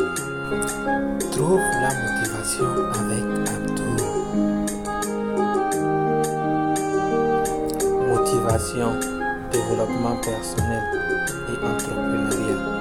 Trouve la motivation avec Abdou. Motivation, développement personnel et entrepreneuriat.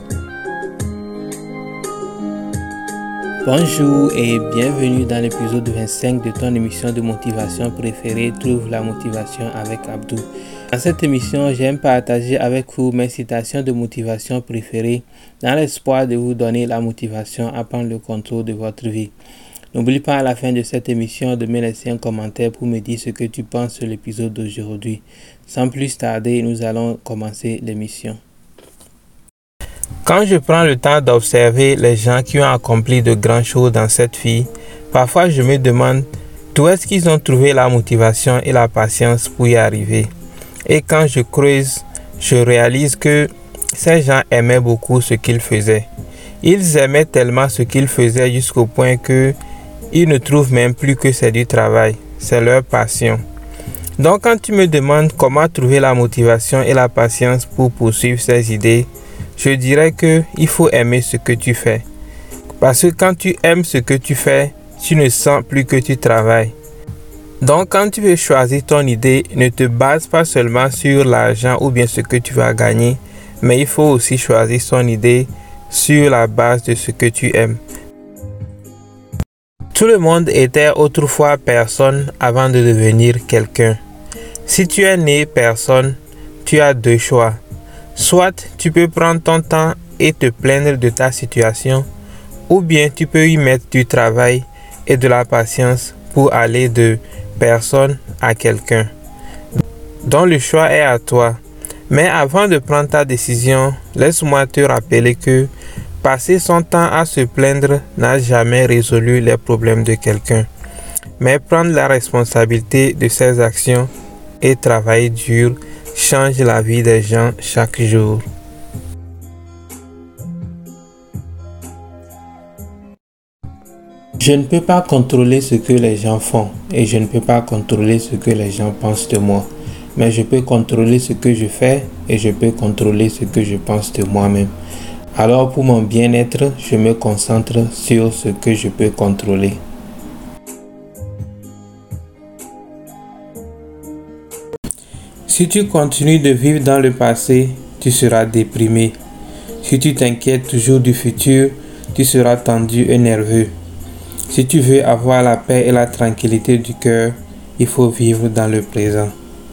Bonjour et bienvenue dans l'épisode 25 de ton émission de motivation préférée, Trouve la motivation avec Abdou. Dans cette émission, j'aime partager avec vous mes citations de motivation préférées dans l'espoir de vous donner la motivation à prendre le contrôle de votre vie. N'oublie pas à la fin de cette émission de me laisser un commentaire pour me dire ce que tu penses sur l'épisode d'aujourd'hui. Sans plus tarder, nous allons commencer l'émission. Quand je prends le temps d'observer les gens qui ont accompli de grandes choses dans cette vie, parfois je me demande d'où est-ce qu'ils ont trouvé la motivation et la patience pour y arriver. Et quand je creuse, je réalise que ces gens aimaient beaucoup ce qu'ils faisaient. Ils aimaient tellement ce qu'ils faisaient jusqu'au point que ils ne trouvent même plus que c'est du travail, c'est leur passion. Donc quand tu me demandes comment trouver la motivation et la patience pour poursuivre ces idées, je dirais qu'il faut aimer ce que tu fais. Parce que quand tu aimes ce que tu fais, tu ne sens plus que tu travailles. Donc quand tu veux choisir ton idée, ne te base pas seulement sur l'argent ou bien ce que tu vas gagner, mais il faut aussi choisir son idée sur la base de ce que tu aimes. Tout le monde était autrefois personne avant de devenir quelqu'un. Si tu es né personne, tu as deux choix. Soit tu peux prendre ton temps et te plaindre de ta situation, ou bien tu peux y mettre du travail et de la patience pour aller de personne à quelqu'un. Donc le choix est à toi. Mais avant de prendre ta décision, laisse-moi te rappeler que passer son temps à se plaindre n'a jamais résolu les problèmes de quelqu'un. Mais prendre la responsabilité de ses actions et travailler dur change la vie des gens chaque jour. Je ne peux pas contrôler ce que les gens font et je ne peux pas contrôler ce que les gens pensent de moi. Mais je peux contrôler ce que je fais et je peux contrôler ce que je pense de moi-même. Alors pour mon bien-être, je me concentre sur ce que je peux contrôler. Si tu continues de vivre dans le passé, tu seras déprimé. Si tu t'inquiètes toujours du futur, tu seras tendu et nerveux. Si tu veux avoir la paix et la tranquillité du cœur, il faut vivre dans le présent.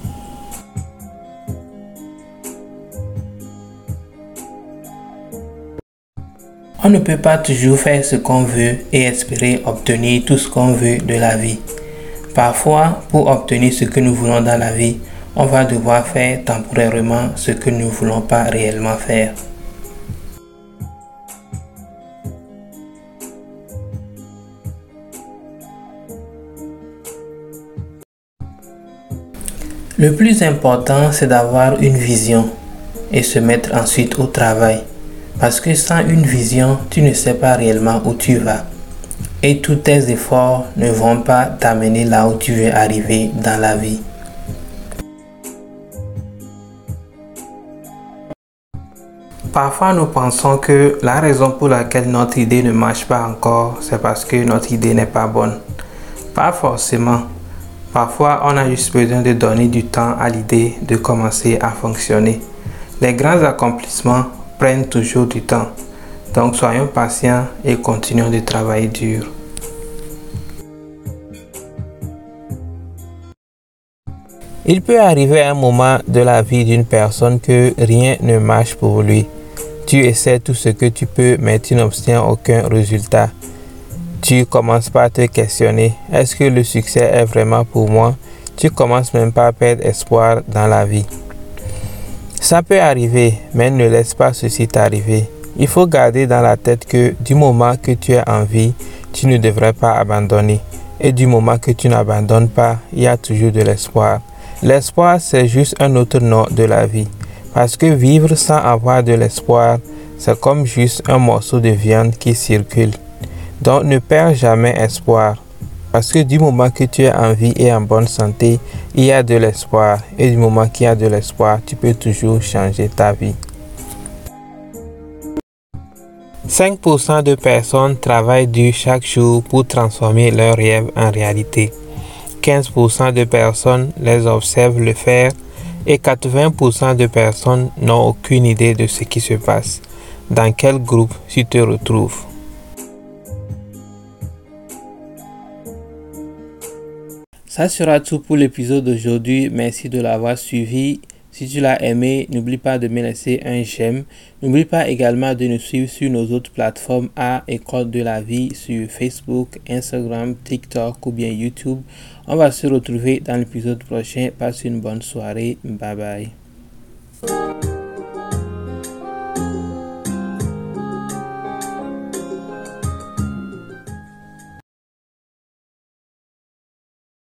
On ne peut pas toujours faire ce qu'on veut et espérer obtenir tout ce qu'on veut de la vie. Parfois, pour obtenir ce que nous voulons dans la vie, on va devoir faire temporairement ce que nous ne voulons pas réellement faire. Le plus important, c'est d'avoir une vision et se mettre ensuite au travail. Parce que sans une vision, tu ne sais pas réellement où tu vas. Et tous tes efforts ne vont pas t'amener là où tu veux arriver dans la vie. Parfois, nous pensons que la raison pour laquelle notre idée ne marche pas encore, c'est parce que notre idée n'est pas bonne. Pas forcément. Parfois, on a juste besoin de donner du temps à l'idée de commencer à fonctionner. Les grands accomplissements prennent toujours du temps. Donc, soyons patients et continuons de travailler dur. Il peut arriver un moment de la vie d'une personne que rien ne marche pour lui. Tu essaies tout ce que tu peux, mais tu n'obtiens aucun résultat. Tu commences par te questionner, est-ce que le succès est vraiment pour moi? Tu commences même pas à perdre espoir dans la vie. Ça peut arriver, mais ne laisse pas ceci t'arriver. Il faut garder dans la tête que du moment que tu es en vie, tu ne devrais pas abandonner. Et du moment que tu n'abandonnes pas, il y a toujours de l'espoir. L'espoir, c'est juste un autre nom de la vie. Parce que vivre sans avoir de l'espoir, c'est comme juste un morceau de viande qui circule. Donc ne perds jamais espoir. Parce que du moment que tu es en vie et en bonne santé, il y a de l'espoir. Et du moment qu'il y a de l'espoir, tu peux toujours changer ta vie. 5% de personnes travaillent dur chaque jour pour transformer leurs rêves en réalité. 15% de personnes les observent le faire et 80% de personnes n'ont aucune idée de ce qui se passe. Dans quel groupe tu te retrouves? Ça sera tout pour l'épisode d'aujourd'hui. Merci de l'avoir suivi. Si tu l'as aimé, n'oublie pas de me laisser un j'aime. N'oublie pas également de nous suivre sur nos autres plateformes à École de la vie sur Facebook, Instagram, TikTok ou bien YouTube. On va se retrouver dans l'épisode prochain. Passe une bonne soirée. Bye bye.